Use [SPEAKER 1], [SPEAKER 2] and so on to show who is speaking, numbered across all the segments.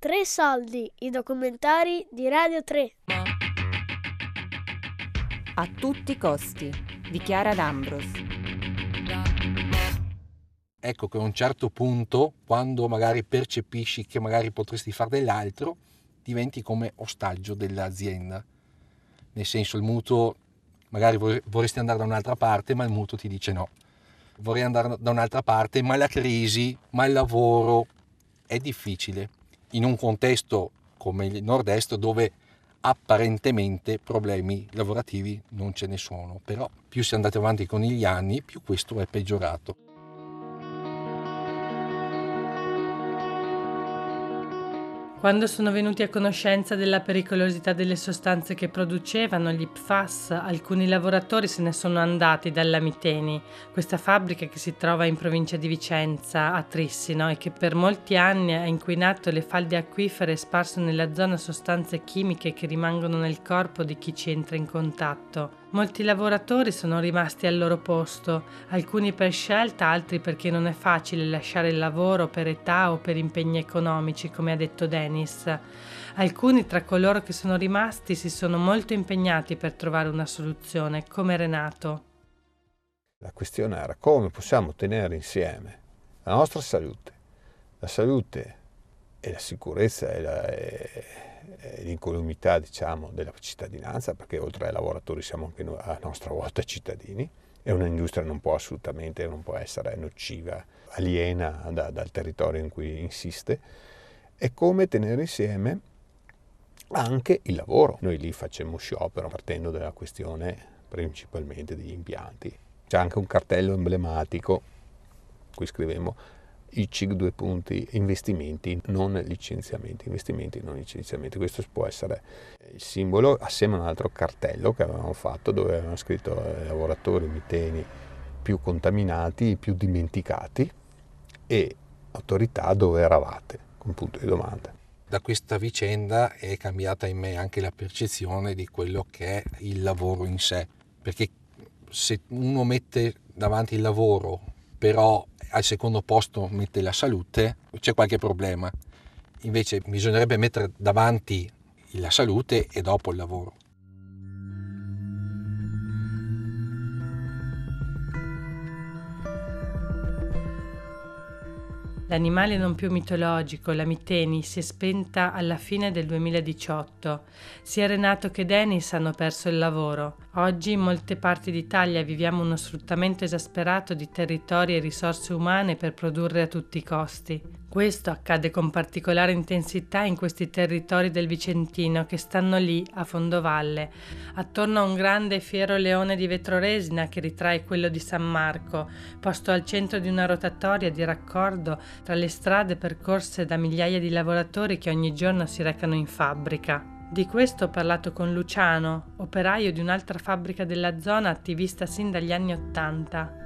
[SPEAKER 1] Tre soldi, i documentari di Radio 3.
[SPEAKER 2] A tutti i costi, di Chiara D'Ambros.
[SPEAKER 3] Ecco che a un certo punto, quando magari percepisci che magari potresti fare dell'altro, diventi come ostaggio dell'azienda. Nel senso, il mutuo, magari vorresti andare da un'altra parte, ma il mutuo ti dice no. Vorrei andare da un'altra parte, ma la crisi, ma il lavoro è difficile. In un contesto come il nord-est, dove apparentemente problemi lavorativi non ce ne sono, però più si è andati avanti con gli anni, più questo è peggiorato.
[SPEAKER 4] Quando sono venuti a conoscenza della pericolosità delle sostanze che producevano, gli PFAS, alcuni lavoratori se ne sono andati dalla Miteni, questa fabbrica che si trova in provincia di Vicenza, a Trissino, e che per molti anni ha inquinato le falde acquifere e sparso nella zona sostanze chimiche che rimangono nel corpo di chi ci entra in contatto. Molti lavoratori sono rimasti al loro posto, alcuni per scelta, altri perché non è facile lasciare il lavoro per età o per impegni economici, come ha detto Dennis. Alcuni tra coloro che sono rimasti si sono molto impegnati per trovare una soluzione, come Renato.
[SPEAKER 5] La questione era come possiamo tenere insieme la nostra salute, la salute e la sicurezza e l'incolumità, diciamo, della cittadinanza, perché oltre ai lavoratori siamo anche noi, a nostra volta cittadini, e un'industria non può essere nociva, aliena dal territorio in cui insiste, e come tenere insieme anche il lavoro. Noi lì facemmo sciopero partendo dalla questione principalmente degli impianti. C'è anche un cartello emblematico, qui scrivemmo ICIG 2 punti, investimenti non licenziamenti, investimenti non licenziamenti. Questo può essere il simbolo, assieme a un altro cartello che avevamo fatto dove avevamo scritto lavoratori miteni più contaminati, più dimenticati, e autorità dove eravate, con punto di domanda.
[SPEAKER 3] Da questa vicenda è cambiata in me anche la percezione di quello che è il lavoro in sé, perché se uno mette davanti il lavoro, però al secondo posto mette la salute, c'è qualche problema. Invece bisognerebbe mettere davanti la salute e dopo il lavoro.
[SPEAKER 4] L'animale non più mitologico, la Miteni, si è spenta alla fine del 2018. Sia Renato che Dennis hanno perso il lavoro. Oggi in molte parti d'Italia viviamo uno sfruttamento esasperato di territori e risorse umane per produrre a tutti i costi. Questo accade con particolare intensità in questi territori del Vicentino che stanno lì a fondovalle, attorno a un grande e fiero leone di vetroresina che ritrae quello di San Marco, posto al centro di una rotatoria di raccordo tra le strade percorse da migliaia di lavoratori che ogni giorno si recano in fabbrica. Di questo ho parlato con Luciano, operaio di un'altra fabbrica della zona, attivista sin dagli anni '80.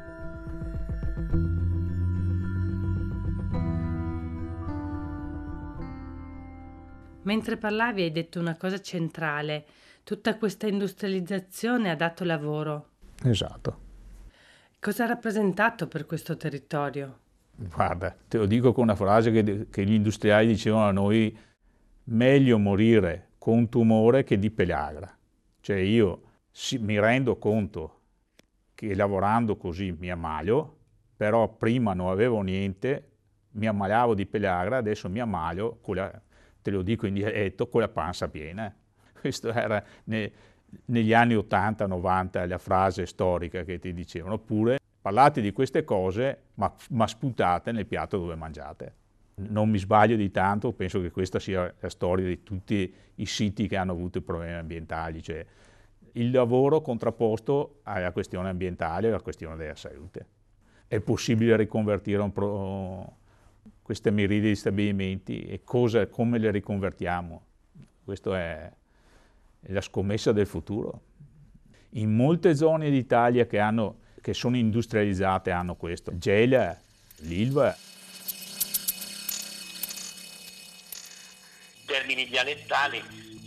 [SPEAKER 4] Mentre parlavi hai detto una cosa centrale. Tutta questa industrializzazione ha dato lavoro.
[SPEAKER 6] Esatto.
[SPEAKER 4] Cosa ha rappresentato per questo territorio?
[SPEAKER 6] Guarda, te lo dico con una frase che gli industriali dicevano a noi: meglio morire con un tumore che di pellagra. Cioè io mi rendo conto che lavorando così mi ammalio, però prima non avevo niente, mi ammalavo di pellagra, adesso mi ammalio con la, te lo dico in dialetto, con la panza piena. Questo era negli anni 80-90 la frase storica che ti dicevano. Oppure parlate di queste cose ma sputate nel piatto dove mangiate. Non mi sbaglio di tanto, penso che questa sia la storia di tutti i siti che hanno avuto problemi ambientali, cioè il lavoro contrapposto alla questione ambientale e alla questione della salute. È possibile riconvertire queste miriadi di stabilimenti e come le riconvertiamo? Questa è la scommessa del futuro. In molte zone d'Italia che sono industrializzate hanno questo. Gela, l'Ilva.
[SPEAKER 7] Termini dialettali,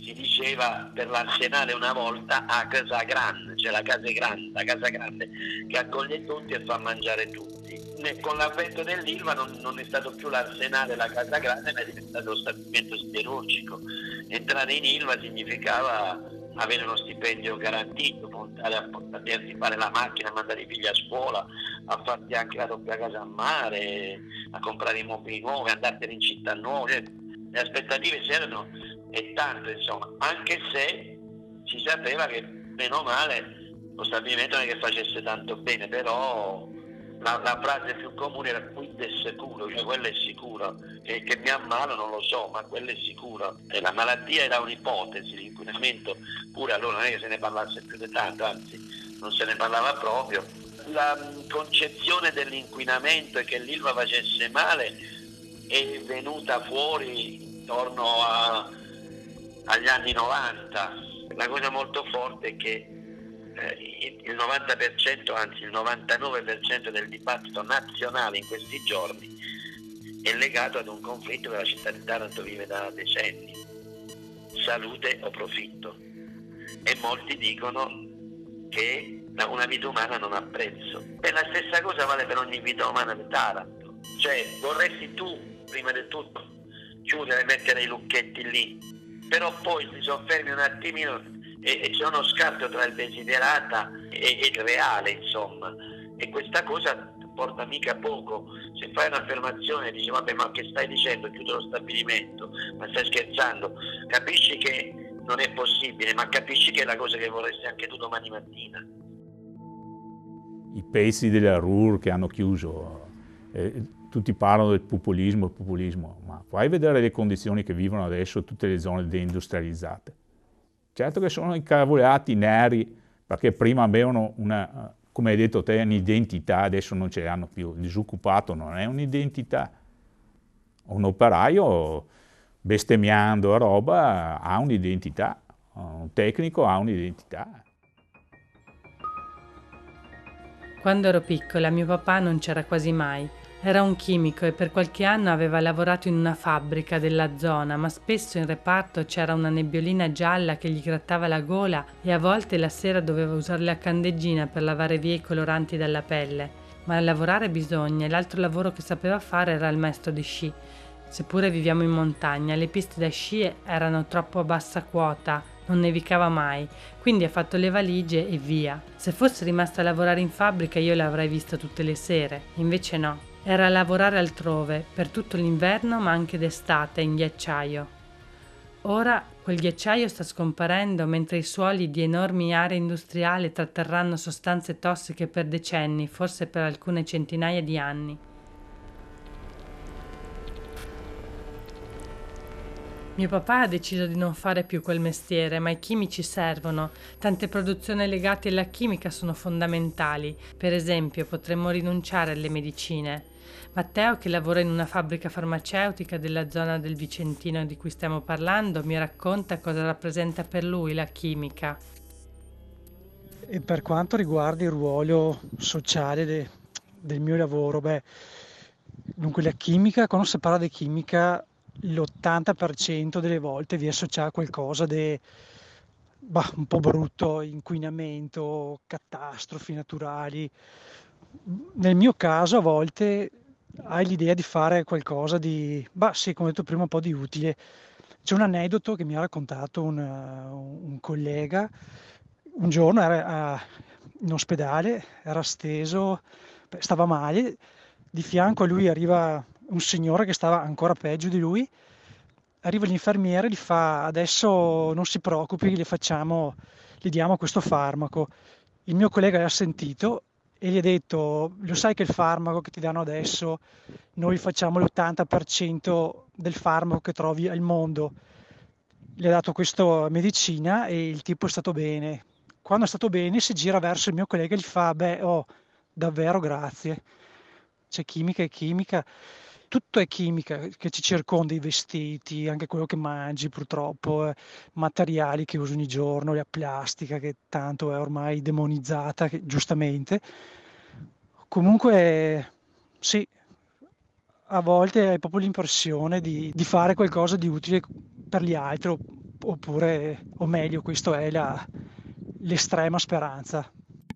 [SPEAKER 7] si diceva per l'Arsenale una volta a casa grande, cioè la casa grande che accoglie tutti e fa mangiare tutti. Con l'avvento dell'Ilva non è stato più l'Arsenale la casa grande, ma è diventato lo stabilimento siderurgico. Entrare in Ilva significava avere uno stipendio garantito, puntare a potersi fare la macchina, a mandare i figli a scuola, a farti anche la doppia casa a mare, a comprare i mobili nuovi, andartene in città nuove. Le aspettative c'erano e tanto, insomma, anche se si sapeva che meno male lo stabilimento non è che facesse tanto bene, però la frase più comune era quid è sicuro, cioè quello è sicuro, che mi ammalo non lo so, ma quello è sicuro. E la malattia era un'ipotesi, l'inquinamento pure allora non è che se ne parlasse più di tanto, anzi non se ne parlava proprio. La concezione dell'inquinamento e che l'Ilva facesse male è venuta fuori intorno agli anni 90. La cosa molto forte è che il 90%, anzi il 99% del dibattito nazionale in questi giorni è legato ad un conflitto che la città di Taranto vive da decenni: salute o profitto. E molti dicono che una vita umana non ha prezzo. E la stessa cosa vale per ogni vita umana di Taranto. Cioè, vorresti tu, prima di tutto, chiudere e mettere i lucchetti lì, però poi ti soffermi un attimino e c'è uno scarto tra il desiderata e il reale, insomma, e questa cosa porta mica poco. Se fai un'affermazione e dici vabbè, ma che stai dicendo, chiudo lo stabilimento, ma stai scherzando, capisci che non è possibile, ma capisci che è la cosa che vorresti anche tu domani mattina.
[SPEAKER 6] I pezzi della RUR che hanno chiuso, tutti parlano del populismo, ma vai a vedere le condizioni che vivono adesso tutte le zone deindustrializzate. Certo che sono incavolati neri, perché prima avevano come hai detto te, un'identità, adesso non ce l'hanno più. Il disoccupato non è un'identità. Un operaio, bestemmiando a roba, ha un'identità. Un tecnico ha un'identità.
[SPEAKER 4] Quando ero piccola mio papà non c'era quasi mai. Era un chimico e per qualche anno aveva lavorato in una fabbrica della zona, ma spesso in reparto c'era una nebbiolina gialla che gli grattava la gola e a volte la sera doveva usare la candeggina per lavare via i coloranti dalla pelle. Ma lavorare bisogna e l'altro lavoro che sapeva fare era il maestro di sci. Seppure viviamo in montagna, le piste da sci erano troppo a bassa quota, non nevicava mai, quindi ha fatto le valigie e via. Se fosse rimasta a lavorare in fabbrica io l'avrei vista tutte le sere, invece no. Era a lavorare altrove, per tutto l'inverno ma anche d'estate, in ghiacciaio. Ora quel ghiacciaio sta scomparendo mentre i suoli di enormi aree industriali tratterranno sostanze tossiche per decenni, forse per alcune centinaia di anni. Mio papà ha deciso di non fare più quel mestiere, ma i chimici servono. Tante produzioni legate alla chimica sono fondamentali. Per esempio, potremmo rinunciare alle medicine. Matteo, che lavora in una fabbrica farmaceutica della zona del Vicentino di cui stiamo parlando, mi racconta cosa rappresenta per lui la chimica.
[SPEAKER 8] E per quanto riguarda il ruolo sociale del mio lavoro, dunque la chimica, quando si parla di chimica, l'80% delle volte vi associa a qualcosa di un po' brutto, inquinamento, catastrofi naturali. Nel mio caso a volte hai l'idea di fare qualcosa di, sì, come detto prima, un po' di utile. C'è un aneddoto che mi ha raccontato un collega. Un giorno era in ospedale, era steso, stava male, di fianco a lui arriva un signore che stava ancora peggio di lui, arriva l'infermiere e gli fa: adesso non si preoccupi, gli diamo questo farmaco. Il mio collega l'ha sentito e gli ha detto: lo sai che il farmaco che ti danno adesso, noi facciamo l'80% del farmaco che trovi al mondo. Gli ha dato questa medicina e il tipo è stato bene. Quando è stato bene si gira verso il mio collega e gli fa: davvero grazie. C'è chimica e chimica, tutto è chimica che ci circonda, i vestiti, anche quello che mangi purtroppo, materiali che usi ogni giorno, la plastica che tanto è ormai demonizzata, giustamente. Comunque sì, a volte hai proprio l'impressione di fare qualcosa di utile per gli altri, oppure, o meglio, questo è l'estrema speranza.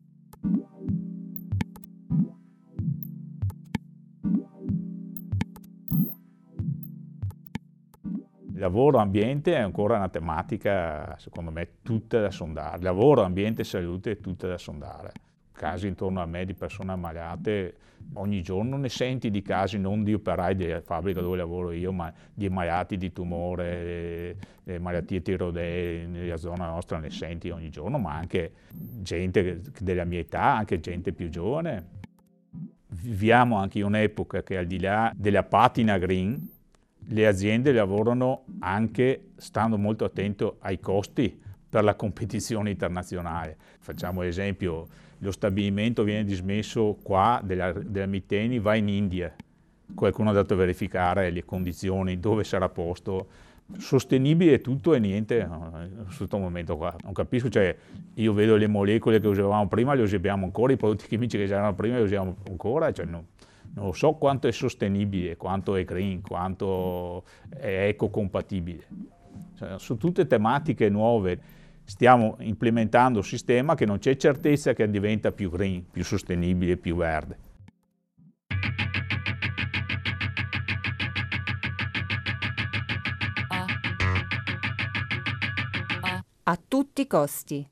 [SPEAKER 6] Lavoro, ambiente è ancora una tematica, secondo me, tutta da sondare. Lavoro, ambiente e salute è tutta da sondare. Casi intorno a me di persone ammalate, ogni giorno ne senti di casi, non di operai della fabbrica dove lavoro io, ma di ammalati di tumore, malattie tiroidee, nella zona nostra ne senti ogni giorno, ma anche gente della mia età, anche gente più giovane. Viviamo anche in un'epoca che al di là della patina green, le aziende lavorano anche stando molto attento ai costi per la competizione internazionale. Facciamo esempio, lo stabilimento viene dismesso qua della Miteni, va in India. Qualcuno ha dato a verificare le condizioni, dove sarà posto. Sostenibile tutto e niente in questo momento qua. Non capisco, cioè io vedo le molecole che usavamo prima, le usiamo ancora, i prodotti chimici che c'erano prima li usiamo ancora, cioè non so quanto è sostenibile, quanto è green, quanto è ecocompatibile. Cioè, su tutte tematiche nuove stiamo implementando un sistema che non c'è certezza che diventa più green, più sostenibile, più verde.
[SPEAKER 2] A tutti i costi.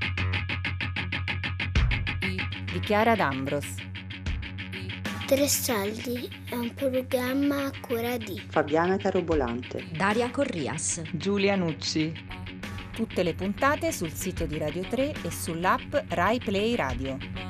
[SPEAKER 2] Di Chiara D'Ambros.
[SPEAKER 9] Tre Soldi è un programma a cura di
[SPEAKER 10] Fabiana Carobolante,
[SPEAKER 11] Daria Corrias,
[SPEAKER 2] Giulia Nucci. Tutte le puntate sul sito di Radio 3 e sull'app Rai Play Radio.